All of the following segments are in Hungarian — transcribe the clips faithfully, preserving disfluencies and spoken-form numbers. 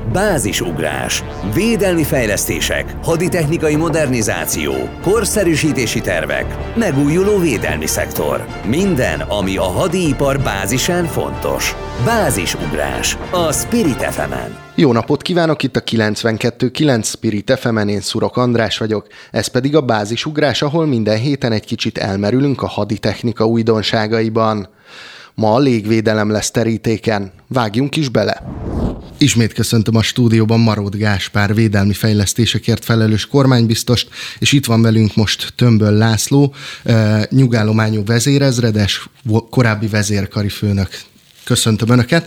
Bázisugrás, védelmi fejlesztések, haditechnikai modernizáció, korszerűsítési tervek, megújuló védelmi szektor. Minden, ami a hadipar bázisán fontos. Bázisugrás a Spirit ef emen. Jó napot kívánok, itt a kilencvenkettő kilenc Spirit ef emen, én Szurok András vagyok. Ez pedig a Bázisugrás, ahol minden héten egy kicsit elmerülünk a haditechnika újdonságaiban. Ma a légvédelem lesz terítéken. Vágjunk is bele! Ismét köszöntöm a stúdióban Marót Gáspár védelmi fejlesztésekért felelős kormánybiztost, és itt van velünk most Tömböl László, nyugállományú vezérezredes, korábbi vezérkari főnök. Köszöntöm Önöket,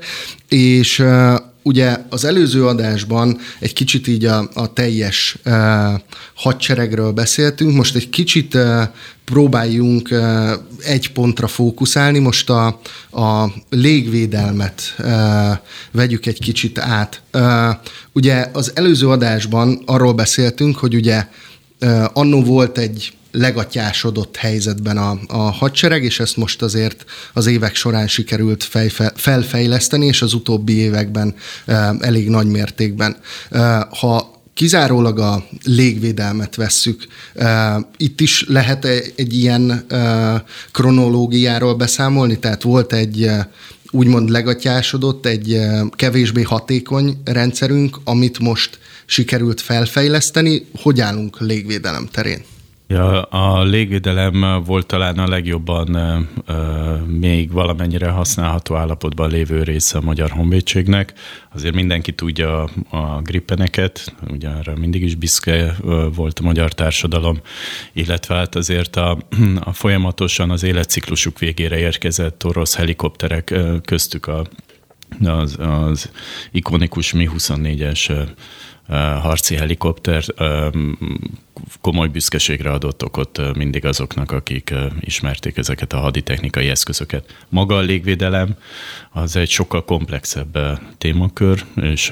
és ugye az előző adásban egy kicsit így a, a teljes uh, hadseregről beszéltünk, most egy kicsit uh, próbáljunk uh, egy pontra fókuszálni, most a, a légvédelmet uh, vegyük egy kicsit át. Uh, ugye az előző adásban arról beszéltünk, hogy ugye uh, annó volt egy legatyásodott helyzetben a, a hadsereg, és ezt most azért az évek során sikerült fejfe, felfejleszteni, és az utóbbi években e, elég nagy mértékben. E, ha kizárólag a légvédelmet vesszük, e, itt is lehet egy ilyen e, kronológiáról beszámolni, tehát volt egy e, úgymond legatyásodott, egy e, kevésbé hatékony rendszerünk, amit most sikerült felfejleszteni. Hogy állunk légvédelem terén? Ja, a légvédelem volt talán a legjobban e, e, még valamennyire használható állapotban lévő része a Magyar Honvédségnek. Azért mindenki tudja a, a grippeneket, ugye arra mindig is büszke volt a magyar társadalom, illetve hát azért a, a folyamatosan az életciklusuk végére érkezett orosz helikopterek köztük a, az, az ikonikus Mi huszonnégyes harci helikopter komoly büszkeségre adott okot mindig azoknak, akik ismerték ezeket a haditechnikai eszközöket. Maga a légvédelem az egy sokkal komplexebb témakör, és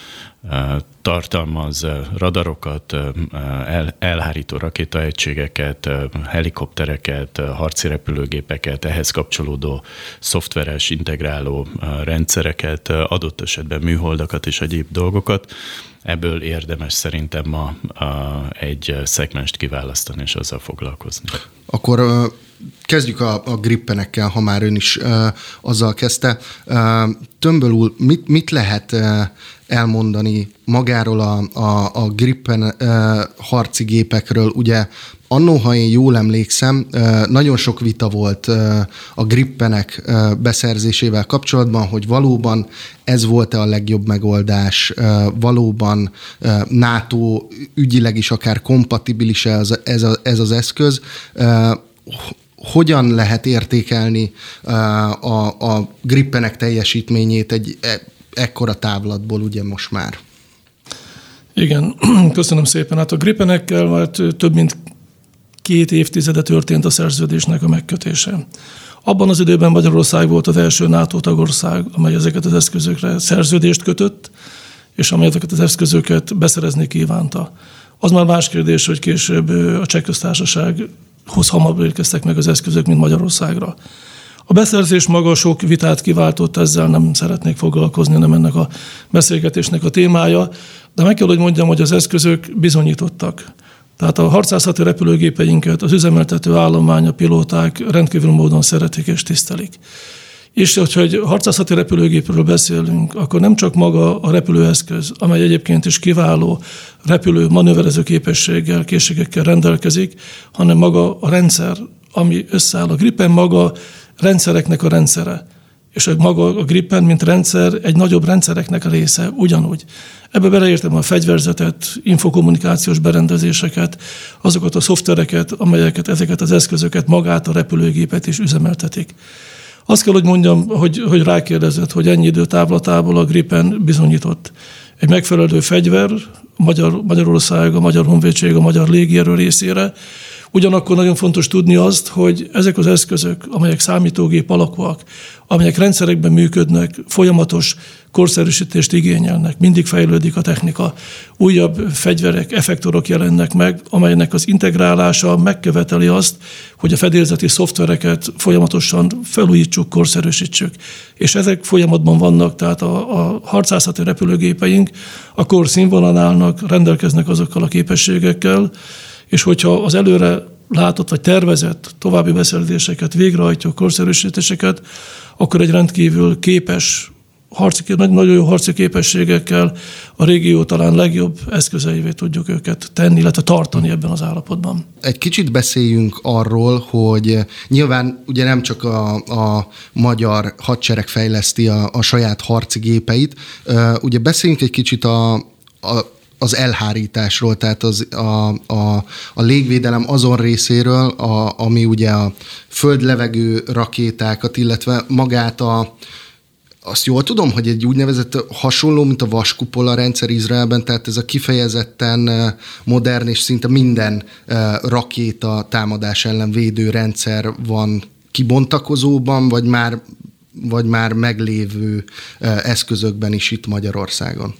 tartalmaz radarokat, el, elhárító rakétaegységeket, helikoptereket, harci repülőgépeket, ehhez kapcsolódó szoftveres integráló rendszereket, adott esetben műholdakat és egyéb dolgokat. Ebből érdemes szerintem ma egy szegmenst kiválasztani és azzal foglalkozni. Akkor uh, kezdjük a, a grippenekkel, ha már ön is uh, azzal kezdte. Uh, Tömböl úr, mit, mit lehet uh, elmondani magáról a, a, a grippen uh, harci gépekről? Ugye annó, ha én jól emlékszem, nagyon sok vita volt a grippenek beszerzésével kapcsolatban, hogy valóban ez volt-e a legjobb megoldás, valóban NATO ügyileg is akár kompatibilis-e ez, a, ez az eszköz. Hogyan lehet értékelni a, a grippenek teljesítményét egy ekkora távlatból ugye most már? Igen, köszönöm szépen. Hát a grippenekkel már több mint két évtizede történt a szerződésnek a megkötése. Abban az időben Magyarország volt az első NATO tagország, amely ezeket az eszközökre szerződést kötött, és amely ezeket az eszközöket beszerezni kívánta. Az már más kérdés, hogy később a Cseh Köztársasághoz hamarabb érkeztek meg az eszközök, mint Magyarországra. A beszerzés maga sok vitát kiváltott, ezzel nem szeretnék foglalkozni, nem ennek a beszélgetésnek a témája, de meg kell, hogy mondjam, hogy az eszközök bizonyítottak. Tehát a harcászati repülőgépeinket az üzemeltető állomány, a pilóták rendkívül módon szeretik és tisztelik. És hogyha harcászati repülőgépről beszélünk, akkor nem csak maga a repülőeszköz, amely egyébként is kiváló repülő manőverező képességgel, készségekkel rendelkezik, hanem maga a rendszer, ami összeáll. A Gripen maga rendszereknek a rendszere. És maga a Gripen, mint rendszer, egy nagyobb rendszereknek a része ugyanúgy. Ebbe beleértem a fegyverzetet, infokommunikációs berendezéseket, azokat a szoftvereket, amelyeket, ezeket az eszközöket, magát a repülőgépet is üzemeltetik. Azt kell, hogy mondjam, hogy, hogy rákérdezett, hogy ennyi idő távlatából a Gripen bizonyított. Egy megfelelő fegyver, Magyar, Magyarország, a Magyar Honvédség, a Magyar Légierő részére, Ugyanakkor nagyon fontos tudni azt, hogy ezek az eszközök, amelyek számítógép alakúak, amelyek rendszerekben működnek, folyamatos korszerűsítést igényelnek, mindig fejlődik a technika, újabb fegyverek, effektorok jelennek meg, amelynek az integrálása megköveteli azt, hogy a fedélzeti szoftvereket folyamatosan felújítsuk, korszerűsítsük. És ezek folyamatban vannak, tehát a, a harcászati repülőgépeink a kor színvonalán állnak, rendelkeznek azokkal a képességekkel, és hogyha az előre látott vagy tervezett további beszerzéseket végrehajtjuk, korszerűsítéseket, akkor egy rendkívül képes, harci, nagyon jó harci képességekkel a régió talán legjobb eszközeivé tudjuk őket tenni, illetve tartani ebben az állapotban. Egy kicsit beszéljünk arról, hogy nyilván ugye nem csak a, a magyar hadsereg fejleszti a, a saját harci gépeit, ugye beszéljünk egy kicsit a, a az elhárításról, tehát az, a, a, a légvédelem azon részéről, a, ami ugye a föld-levegő rakétákat, illetve magát a, azt jól tudom, hogy egy úgynevezett hasonló, mint a vaskupola rendszer Izraelben, tehát ez a kifejezetten modern és szinte minden rakéta támadás ellen védő rendszer van kibontakozóban, vagy már, vagy már meglévő eszközökben is itt Magyarországon?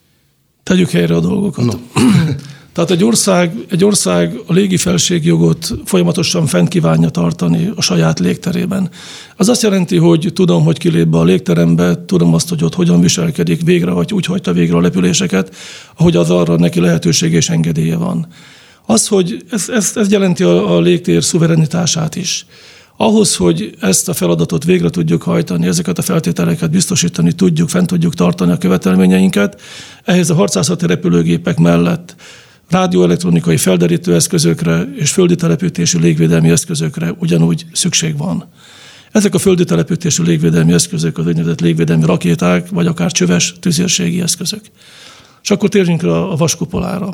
Tegyük helyre a dolgokat. No. Tehát egy ország, egy ország a légifelségjogot folyamatosan fent kívánja tartani a saját légterében. Az azt jelenti, hogy tudom, hogy kilép be a légterembe, tudom azt, hogy ott hogyan viselkedik végre, vagy úgy hagyta végre a repüléseket, ahogy az arra neki lehetőség és engedélye van. Az, hogy ez, ez, ez jelenti a, a légtér szuverenitását is. Ahhoz, hogy ezt a feladatot végre tudjuk hajtani, ezeket a feltételeket biztosítani tudjuk, fent tudjuk tartani a követelményeinket, ehhez a harcászati repülőgépek mellett rádióelektronikai felderítő eszközökre és földi telepítésű légvédelmi eszközökre ugyanúgy szükség van. Ezek a földi telepítésű légvédelmi eszközök az úgynevezett légvédelmi rakéták, vagy akár csöves tüzérségi eszközök. És akkor térjünk rá a vaskupolára.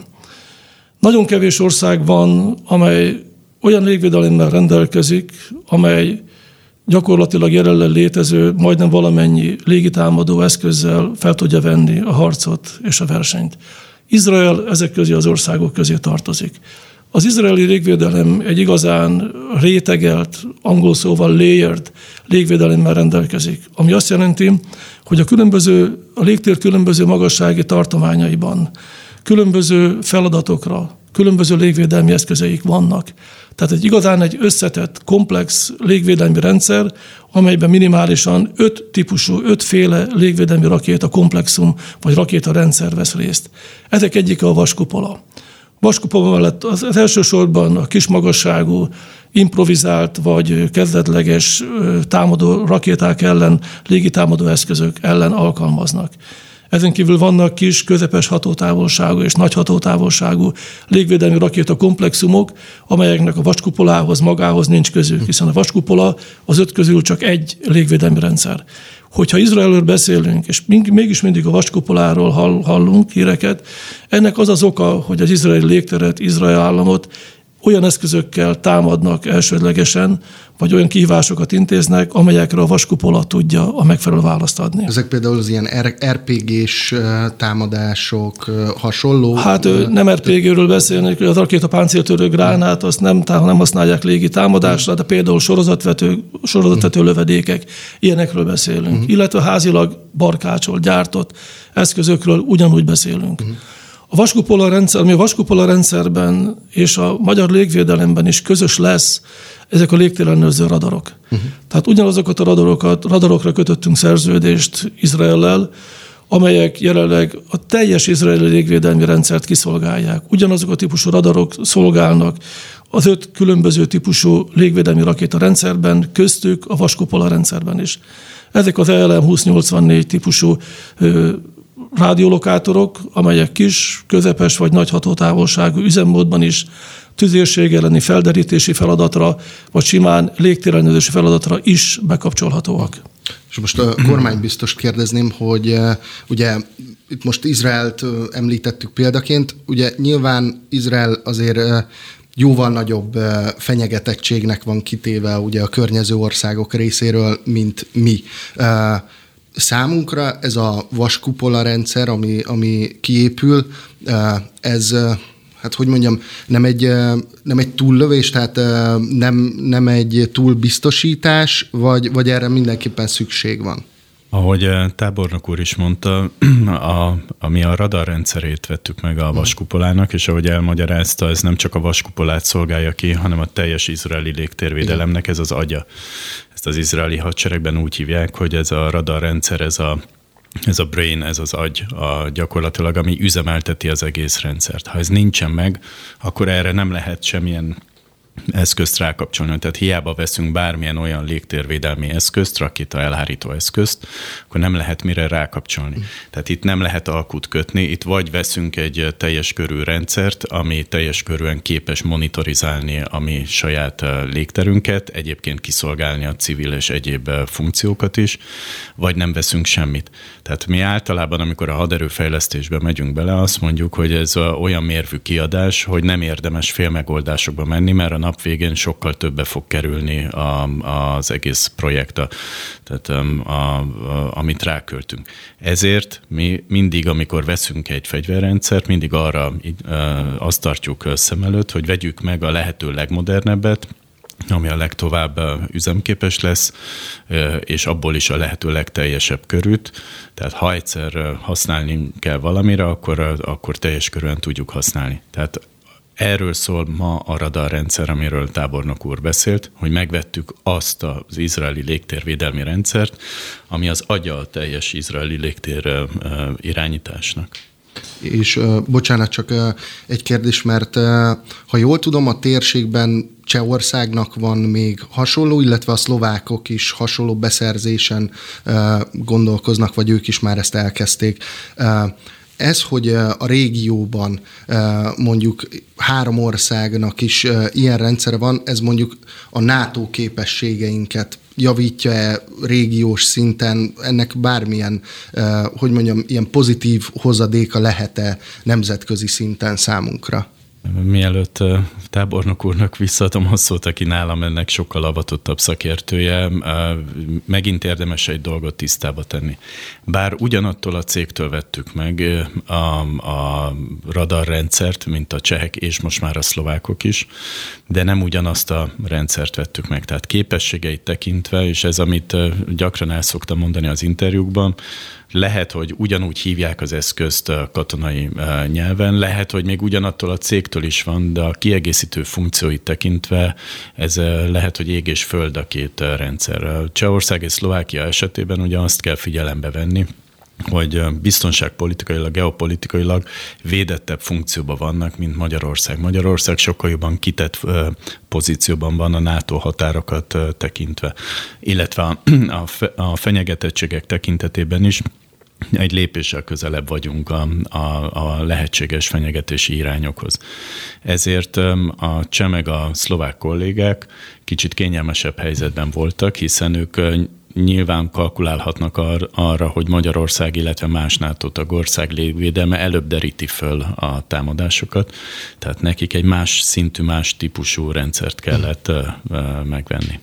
Nagyon kevés ország van, amely olyan légvédelemmel rendelkezik, amely gyakorlatilag jelenleg létező majdnem valamennyi légitámadó eszközzel fel tudja venni a harcot és a versenyt. Izrael ezek közé az országok közé tartozik. Az izraeli légvédelem egy igazán rétegelt, angol szóval layered légvédelemmel rendelkezik, ami azt jelenti, hogy a különböző, a légtér különböző magassági tartományaiban különböző feladatokra, különböző légvédelmi eszközeik vannak. Tehát egy igazán egy összetett, komplex légvédelmi rendszer, amelyben minimálisan öt típusú, ötféle légvédelmi rakéta komplexum vagy rakéta rendszer vesz részt. Ezek egyike a vaskupola. Vaskupola mellett az, az elsősorban a kismagasságú, improvizált vagy kezdetleges támadó rakéták ellen, légitámadó eszközök ellen alkalmaznak. Ezen kívül vannak kis, közepes hatótávolságú és nagy hatótávolságú légvédelmi rakéta komplexumok, amelyeknek a vaskupolához magához nincs közük, hiszen a vaskupola az öt közül csak egy légvédelmi rendszer. Hogyha Izraelről beszélünk, és mégis mindig a vaskupoláról hallunk híreket, ennek az az oka, hogy az izraeli légteret, Izrael államot olyan eszközökkel támadnak elsődlegesen, vagy olyan kihívásokat intéznek, amelyekre a vaskupola tudja a megfelelő választ adni. Ezek például az ilyen er pé gés támadások hasonló? Hát nem er pé géről beszélnek, az rakétapáncéltörő gránát, azt nem, nem használják légi támadásra, de például sorozatvető, sorozatvető lövedékek, ilyenekről beszélünk. Uh-huh. Illetve házilag barkácsol gyártott eszközökről ugyanúgy beszélünk. Uh-huh. A vaskupola rendszer, ami a vaskupola rendszerben és a magyar légvédelemben is közös lesz, ezek a légtérellenőrző radarok. Uh-huh. Tehát ugyanazokat a radarokat, radarokra kötöttünk szerződést Izraellel, amelyek jelenleg a teljes izraeli légvédelmi rendszert kiszolgálják. Ugyanazok a típusú radarok szolgálnak az öt különböző típusú légvédelmi rakéta rendszerben, köztük a vaskupola rendszerben is. Ezek az E L M húsz nyolcvannégy típusú ö, rádiolokátorok, amelyek kis, közepes vagy nagy hatótávolságú üzemmódban is tüzérség elleni felderítési feladatra, vagy simán légtérellenőrzési feladatra is bekapcsolhatóak. És most a kormánybiztost kérdezném, hogy ugye itt most Izraelt említettük példaként, ugye nyilván Izrael azért jóval nagyobb fenyegetettségnek van kitéve ugye a környező országok részéről, mint mi. Számunkra ez a vaskupola rendszer, ami, ami kiépül, ez hát hogy mondjam, nem egy, nem egy túllövés, tehát nem, nem egy túlbiztosítás, vagy, vagy erre mindenképpen szükség van? Ahogy tábornok úr is mondta, a, ami a radarrendszerét vettük meg a vaskupolának, és ahogy elmagyarázta, ez nem csak a vaskupolát szolgálja ki, hanem a teljes izraeli légtérvédelemnek ez az agya. Ezt az izraeli hadseregben úgy hívják, hogy ez a radarrendszer, ez a Ez a brain, ez az agy a gyakorlatilag, ami üzemelteti az egész rendszert. Ha ez nincsen meg, akkor erre nem lehet semmilyen eszközt rákapcsolni. Tehát hiába veszünk bármilyen olyan légtérvédelmi eszközt, rakéta elhárító eszközt, akkor nem lehet mire rákapcsolni. Tehát itt nem lehet alkut kötni, itt vagy veszünk egy teljes körű rendszert, ami teljes körűen képes monitorizálni a mi saját légterünket, egyébként kiszolgálni a civil és egyéb funkciókat is, vagy nem veszünk semmit. Tehát mi általában, amikor a haderőfejlesztésbe megyünk bele, azt mondjuk, hogy ez olyan mérvű kiadás, hogy nem érdemes félmegoldásokba menni, mert a nap végén sokkal többe fog kerülni a, az egész projekt, a, tehát a, a, a, amit ráköltünk. Ezért mi mindig, amikor veszünk egy fegyverrendszert, mindig arra azt tartjuk szem előtt, hogy vegyük meg a lehető legmodernebbet, ami a legtovább üzemképes lesz, és abból is a lehető legteljesebb körűt. Tehát ha egyszer használni kell valamire, akkor, akkor teljes körűen tudjuk használni. Tehát erről szól ma a radarrendszer, amiről tábornok úr beszélt, hogy megvettük azt az izraeli légtérvédelmi rendszert, ami az agya a teljes izraeli légtér irányításnak. És uh, bocsánat, csak uh, egy kérdés, mert uh, ha jól tudom, a térségben Csehországnak van még hasonló, illetve a szlovákok is hasonló beszerzésen uh, gondolkoznak, vagy ők is már ezt elkezdték. Uh, Ez, hogy a régióban mondjuk három országnak is ilyen rendszere van, ez mondjuk a NATO képességeinket javítja-e régiós szinten, ennek bármilyen, hogy mondjam, ilyen pozitív hozadéka lehet-e nemzetközi szinten számunkra? Mielőtt tábornok úrnak visszaadom a szót, aki nálam ennek sokkal avatottabb szakértője, megint érdemes egy dolgot tisztába tenni. Bár ugyanattól a cégtől vettük meg a, a radarrendszert, mint a csehek, és most már a szlovákok is, de nem ugyanazt a rendszert vettük meg. Tehát képességeit tekintve, és ez, amit gyakran el szoktam mondani az interjúkban, lehet, hogy ugyanúgy hívják az eszközt a katonai nyelven, lehet, hogy még ugyanattól a cégtől is van, de a kiegészítő funkcióit tekintve ez lehet, hogy ég és föld a két rendszer. Csehország és Szlovákia esetében ugye azt kell figyelembe venni, hogy biztonságpolitikailag, geopolitikailag védettebb funkcióban vannak, mint Magyarország. Magyarország sokkal jobban kitett pozícióban van a NATO határokat tekintve, illetve a, a fenyegetettségek tekintetében is egy lépéssel közelebb vagyunk a, a, a lehetséges fenyegetési irányokhoz. Ezért a cseh meg a szlovák kollégák kicsit kényelmesebb helyzetben voltak, hiszen ők nyilván kalkulálhatnak ar- arra, hogy Magyarország, illetve más NATO tagország légvédelme előbb deríti föl a támadásokat, tehát nekik egy más szintű, más típusú rendszert kellett uh, uh, megvenni.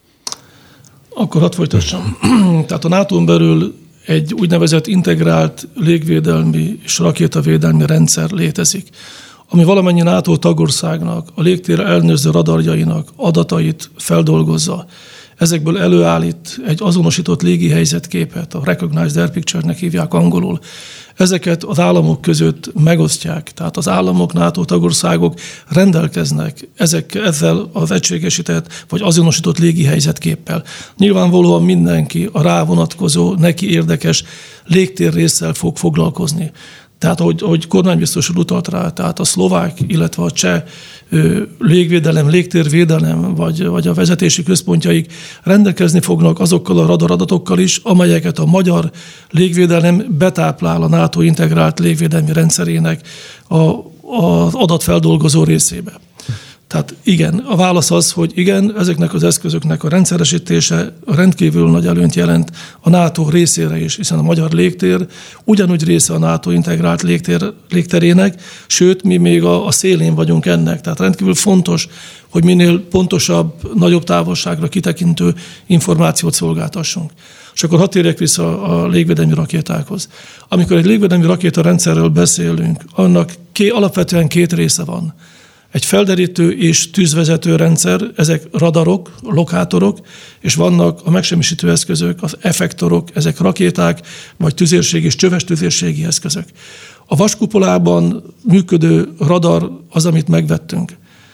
Akkor hadd folytassam. Tehát a nátón belül egy úgynevezett integrált légvédelmi és rakétavédelmi rendszer létezik, ami valamennyi NATO tagországnak, a légtér ellenőrző radarjainak adatait feldolgozza. Ezekből előállít egy azonosított légi helyzetképet, a Recognized Air Picture-nek hívják angolul. Ezeket az államok között megosztják, tehát az államok, NATO tagországok rendelkeznek ezek, ezzel az egységesített vagy azonosított légi helyzetképpel. Nyilvánvalóan mindenki a rá vonatkozó, neki érdekes légtérrésszel fog foglalkozni. Tehát, ahogy, ahogy kormánybiztos úr utalt rá, tehát a szlovák, illetve a cseh ö, légvédelem, légtérvédelem, vagy, vagy a vezetési központjaik rendelkezni fognak azokkal a radaradatokkal is, amelyeket a magyar légvédelem betáplál a NATO integrált légvédelmi rendszerének a, az adatfeldolgozó részébe. Tehát igen, a válasz az, hogy igen, ezeknek az eszközöknek a rendszeresítése rendkívül nagy előnyt jelent a NATO részére is, hiszen a magyar légtér ugyanúgy része a NATO integrált légtér, légterének, sőt, mi még a, a szélén vagyunk ennek. Tehát rendkívül fontos, hogy minél pontosabb, nagyobb távolságra kitekintő információt szolgáltassunk. És akkor hadd térjek vissza a légvédelmi rakétákhoz. Amikor egy légvédelmi rakétarendszerről beszélünk, annak ké, alapvetően két része van. Egy felderítő és tűzvezető rendszer, ezek radarok, lokátorok, és vannak a megsemmisítő eszközök, az effektorok, ezek rakéták, vagy tüzérségi és csöves tüzérségi eszközök. A vaskupolában működő radar az, amit megvettünk.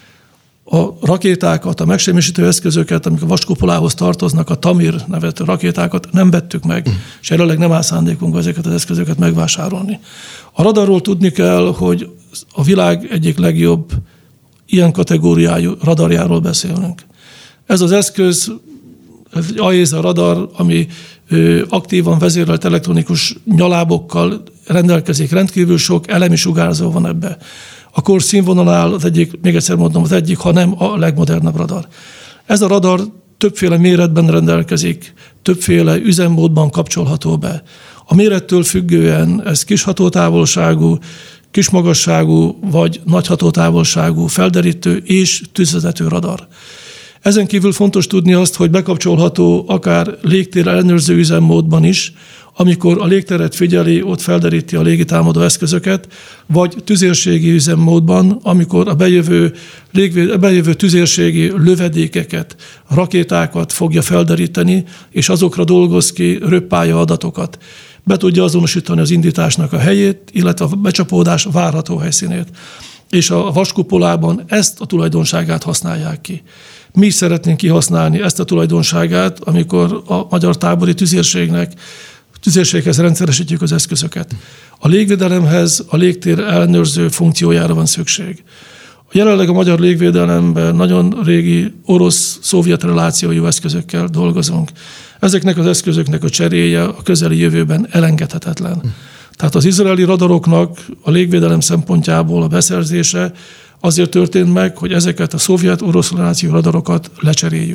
A rakétákat, a megsemmisítő eszközöket, amik a vaskupolához tartoznak, a Tamir nevezetű rakétákat nem vettük meg, mm. és jelenleg nem áll szándékunk ezeket az eszközöket megvásárolni. A radarról tudni kell, hogy a világ egyik legjobb ilyen kategóriájú radarjáról beszélünk. Ez az eszköz, ez egy á é es á radar, ami aktívan vezérelt elektronikus nyalábokkal rendelkezik, rendkívül sok elemi sugárzó van ebbe. A kor színvonalál az egyik, még egyszer mondom, az egyik, ha nem a legmodernebb radar. Ez a radar többféle méretben rendelkezik, többféle üzemmódban kapcsolható be. A mérettől függően ez kis hatótávolságú, kis magasságú vagy nagy hatótávolságú felderítő és tűzvezető radar. Ezen kívül fontos tudni azt, hogy bekapcsolható akár légtér ellenőrző üzemmódban is, amikor a légteret figyeli, ott felderíti a légitámadó eszközöket, vagy tüzérségi üzemmódban, amikor a bejövő, légvé, bejövő tüzérségi lövedékeket, rakétákat fogja felderíteni, és azokra dolgoz ki röppálya adatokat. Be tudja azonosítani az indításnak a helyét, illetve a becsapódás várható helyszínét. És a vaskupolában ezt a tulajdonságát használják ki. Mi is szeretnénk kihasználni ezt a tulajdonságát, amikor a magyar tábori tüzérségnek, tüzérséghez rendszeresítjük az eszközöket. A légvédelemhez a légtér ellenőrző funkciójára van szükség. Jelenleg a magyar légvédelemben nagyon régi orosz-szovjet relációjú eszközökkel dolgozunk. Ezeknek az eszközöknek a cseréje a közeli jövőben elengedhetetlen. Tehát az izraeli radaroknak a légvédelem szempontjából a beszerzése azért történt meg, hogy ezeket a szovjet-orosz relációjú radarokat lecseréljük.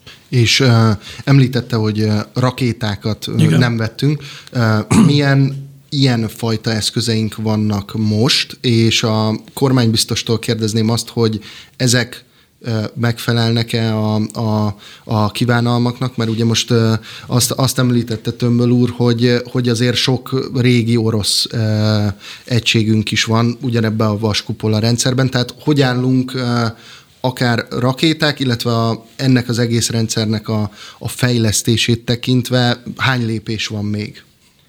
És uh, említette, hogy uh, rakétákat uh, nem vettünk. Uh, milyen ilyen fajta eszközeink vannak most, és a kormánybiztostól kérdezném azt, hogy ezek megfelelnek-e a, a, a kívánalmaknak, mert ugye most azt, azt említette Tömböl úr, hogy, hogy azért sok régi orosz egységünk is van ugyanebben a vaskupola rendszerben, tehát hogy állunk akár rakéták, illetve a, ennek az egész rendszernek a, a fejlesztését tekintve hány lépés van még?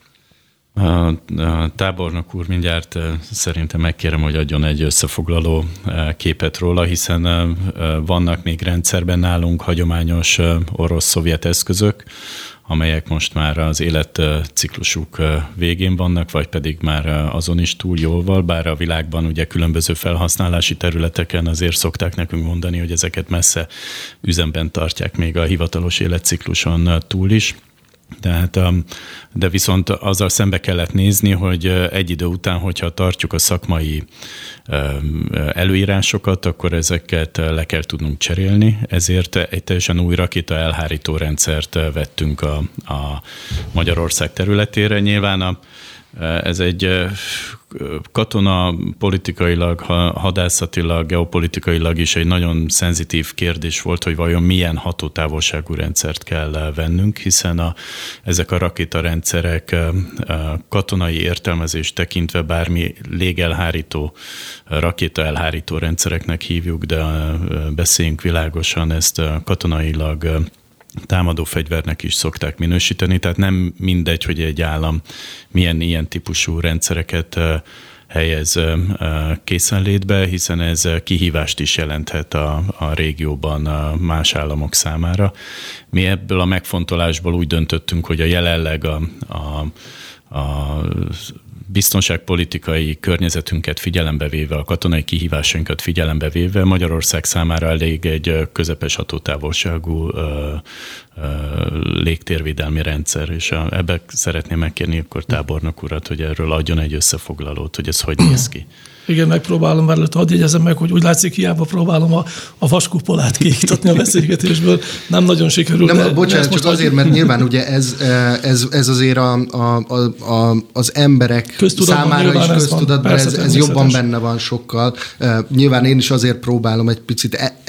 A, a tábornok úr mindjárt szerintem megkérem, hogy adjon egy összefoglaló képet róla, hiszen vannak még rendszerben nálunk hagyományos orosz-szovjet eszközök, amelyek most már az életciklusuk végén vannak, vagy pedig már azon is túl jól, bár a világban ugye különböző felhasználási területeken azért szokták nekünk mondani, hogy ezeket messze üzemben tartják még a hivatalos életcikluson túl is. Tehát, de viszont azzal szembe kellett nézni, hogy egy idő után, hogyha tartjuk a szakmai előírásokat, akkor ezeket le kell tudnunk cserélni. Ezért egy teljesen új rakéta elhárító rendszert vettünk a, a Magyarország területére. Nyilván a Ez egy katona politikailag, hadászatilag, geopolitikailag is egy nagyon szenzitív kérdés volt, hogy vajon milyen hatótávolságú rendszert kell vennünk, hiszen a, ezek a rakétarendszerek katonai értelmezést tekintve bármi légelhárító, rakétaelhárító rendszereknek hívjuk, de beszéljünk világosan, ezt katonailag támadó fegyvernek is szokták minősíteni, tehát nem mindegy, hogy egy állam milyen ilyen típusú rendszereket helyez készenlétbe, hiszen ez kihívást is jelenthet a, a régióban a más államok számára. Mi ebből a megfontolásból úgy döntöttünk, hogy a jelenleg a, a, a biztonságpolitikai környezetünket figyelembe véve, a katonai kihívásainkat figyelembe véve Magyarország számára elég egy közepes hatótávolságú ö, ö, légtérvédelmi rendszer, és ebbe szeretném megkérni akkor tábornok urat, hogy erről adjon egy összefoglalót, hogy ez hogy néz ki. Igen, megpróbálom, mert hadd jegyezem meg, hogy úgy látszik, hiába próbálom a, a vaskupolát kiiktatni a beszélgetésből. Nem nagyon sikerül. Nem, de, bocsánat, csak azért, mert nyilván ugye ez, ez, ez azért a, a, a, az emberek számára is köztudatban, ez, ez jobban benne van sokkal. Nyilván én is azért próbálom egy picit e, e,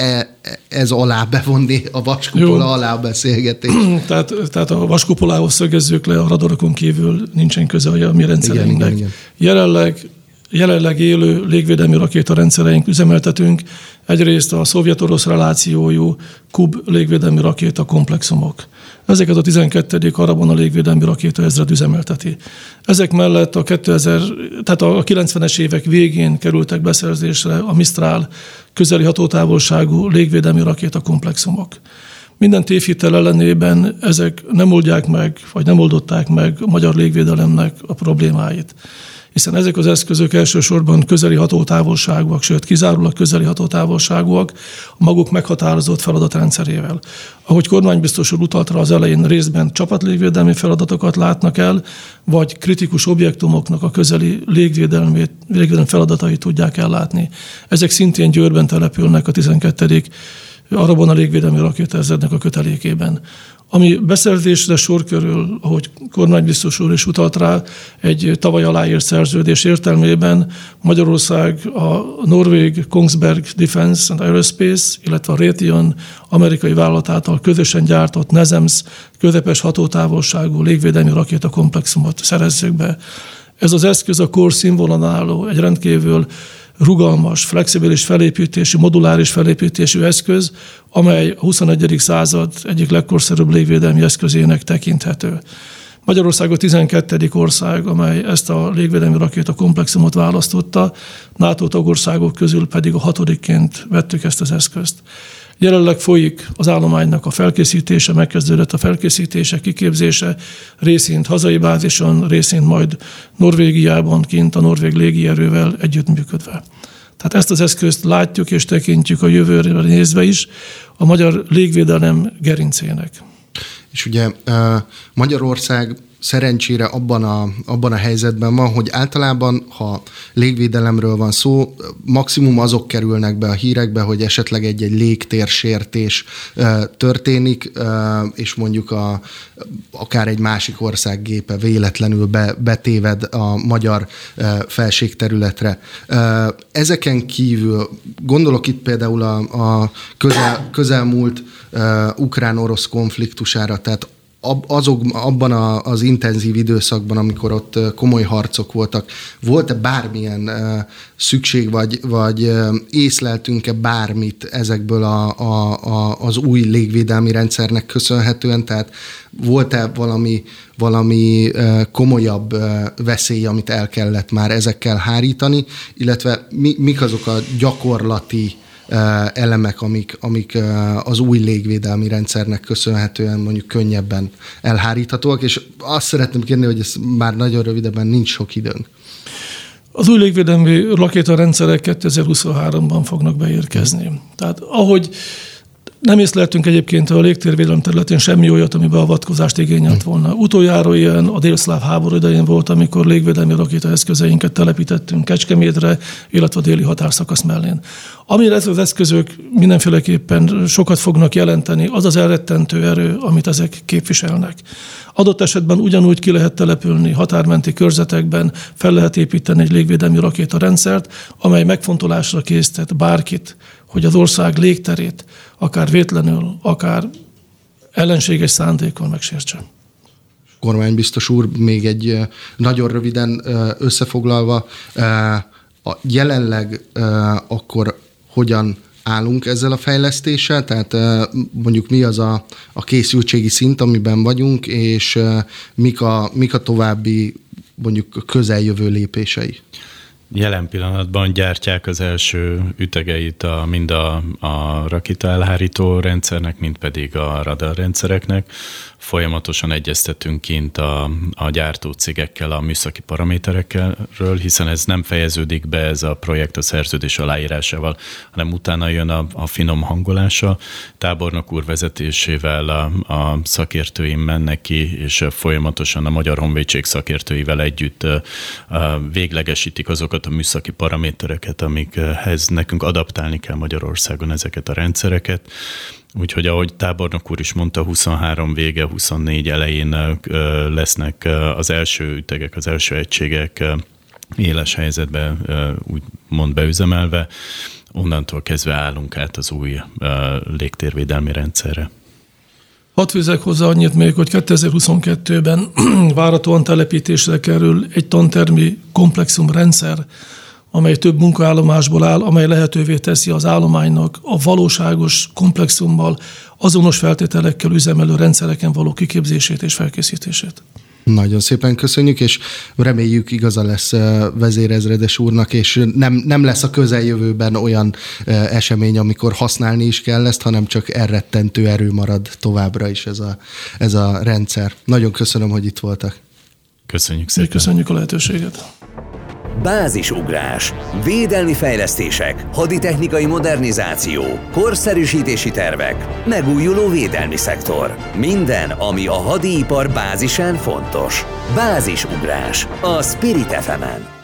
ez alá bevonni, a vaskupola alá a beszélgetést. tehát, tehát a vaskupolához szögezzük le, a radarokon kívül nincsen köze a mi rendszereinknek. Igen, igen, igen. Jelenleg Jelenleg élő légvédelmi rakétarendszereink üzemeltetünk, egyrészt a szovjet-orosz relációjú Kub légvédelmi rakéta komplexumok. Ezeket a tizenkettedik Arabona légvédelmi rakéta ezred üzemelteti. Ezek mellett a, kétezer, tehát a kilencvenes évek végén kerültek beszerzésre a Mistral közeli hatótávolságú légvédelmi rakéta komplexumok. Minden tévhitel ellenében ezek nem oldják meg, vagy nem oldották meg a magyar légvédelemnek a problémáit. Hiszen ezek az eszközök elsősorban közeli hatótávolságúak, sőt kizárólag közeli hatótávolságúak a maguk meghatározott feladatrendszerével. Ahogy kormánybiztos úr utalt rá az elején, részben csapatlégvédelmi feladatokat látnak el, vagy kritikus objektumoknak a közeli légvédelmi, légvédelmi feladatait tudják ellátni. Ezek szintén Győrben települnek a tizenkettedik Arabona légvédelmi rakétaezrednek a kötelékében. Ami beszerzésre sor kerül, ahogy kormánybiztos úr is utalt rá, egy tavaly aláírt szerződés értelmében Magyarország a norvég Kongsberg Defence and Aerospace, illetve a Raytheon amerikai vállalatától közösen gyártott NASAMS közepes hatótávolságú légvédelmi rakétakomplexumot szerezzük be. Ez az eszköz a kor színvonalon álló, egy rendkívül rugalmas, flexibilis felépítésű, moduláris felépítésű eszköz, amely a huszonegyedik század egyik legkorszerűbb légvédelmi eszközének tekinthető. Magyarország a tizenkettedik ország, amely ezt a légvédelmi rakéta komplexumot választotta, NATO tagországok közül pedig a hatodikként vettük ezt az eszközt. Jelenleg folyik az állománynak a felkészítése, megkezdődött a felkészítése, kiképzése, részint hazai bázison, részint majd Norvégiában, kint a norvég légierővel együttműködve. Tehát ezt az eszközt látjuk és tekintjük a jövőre nézve is a magyar légvédelem gerincének. És ugye Magyarország szerencsére abban a, abban a helyzetben van, hogy általában, ha légvédelemről van szó, maximum azok kerülnek be a hírekbe, hogy esetleg egy-egy légtérsértés e, történik, e, és mondjuk a, akár egy másik ország gépe véletlenül be, betéved a magyar e, felségterületre. E, ezeken kívül, gondolok itt például a, a közel, közelmúlt e, ukrán-orosz konfliktusára, tehát azok, abban a, az intenzív időszakban, amikor ott komoly harcok voltak, volt-e bármilyen uh, szükség, vagy, vagy uh, észleltünk-e bármit ezekből a, a, a, az új légvédelmi rendszernek köszönhetően? Tehát volt-e valami, valami uh, komolyabb uh, veszély, amit el kellett már ezekkel hárítani, illetve mi, mik azok a gyakorlati elemek, amik, amik az új légvédelmi rendszernek köszönhetően mondjuk könnyebben elháríthatóak, és azt szeretném kérni, hogy ez már nagyon rövidebben nincs sok időnk. Az új légvédelmi rakétarendszerek kétezer-huszonháromban fognak beérkezni. Tehát ahogy nem észleltünk egyébként a légtérvédelem területén semmi olyat, ami beavatkozást igényelt volna. Utoljára ilyen a délszláv háború idején volt, amikor légvédelmi rakétaeszközeinket telepítettünk Kecskemétre, illetve a déli határszakasz mellén. Amire ezek az eszközök mindenféleképpen sokat fognak jelenteni, az az elrettentő erő, amit ezek képviselnek. Adott esetben ugyanúgy ki lehet települni határmenti körzetekben, fel lehet építeni egy légvédelmi rakétarendszert, amely megfontolásra késztet bárkit, hogy az ország légterét akár vétlenül, akár ellenséges szándékon megsértse. Kormánybiztos úr, még egy nagyon röviden összefoglalva, a jelenleg akkor hogyan állunk ezzel a fejlesztéssel, tehát mondjuk mi az a, a készültségi szint, amiben vagyunk, és mik a, mik a további mondjuk közeljövő lépései? Jelen pillanatban gyártják az első ütegeit a, mind a, a rakéta elhárító rendszernek, mind pedig a radarrendszereknek. Folyamatosan egyeztetünk kint a, a gyártó cégekkel a műszaki paraméterekről, hiszen ez nem fejeződik be ez a projekt a szerződés aláírásával, hanem utána jön a, a finom hangolása. Tábornok úr vezetésével a, a szakértőim mennek ki, és folyamatosan a Magyar Honvédség szakértőivel együtt a, a véglegesítik azokat a műszaki paramétereket, amikhez nekünk adaptálni kell Magyarországon ezeket a rendszereket. Úgyhogy ahogy tábornok úr is mondta, huszonhárom vége, huszonnégy elején lesznek az első ütegek, az első egységek éles helyzetben úgymond beüzemelve. onnantól kezdve állunk át az új légtérvédelmi rendszerre. Hadd fűzzek hozzá annyit még, hogy kétezer-huszonkettőben várhatóan telepítésre kerül egy tantermi komplexumrendszer, amely több munkaállomásból áll, amely lehetővé teszi az állománynak a valóságos komplexummal, azonos feltételekkel üzemelő rendszereken való kiképzését és felkészítését. Nagyon szépen köszönjük, és reméljük igaza lesz vezérezredes úrnak, és nem, nem lesz a közeljövőben olyan esemény, amikor használni is kell ezt, hanem csak elrettentő erő marad továbbra is ez a, ez a rendszer. Nagyon köszönöm, hogy itt voltak. Köszönjük szépen. Köszönjük a lehetőséget. Bázisugrás, védelmi fejlesztések, haditechnikai modernizáció, korszerűsítési tervek, megújuló védelmi szektor. Minden, ami a hadipar bázisán fontos. Bázisugrás a Spirit ef emen.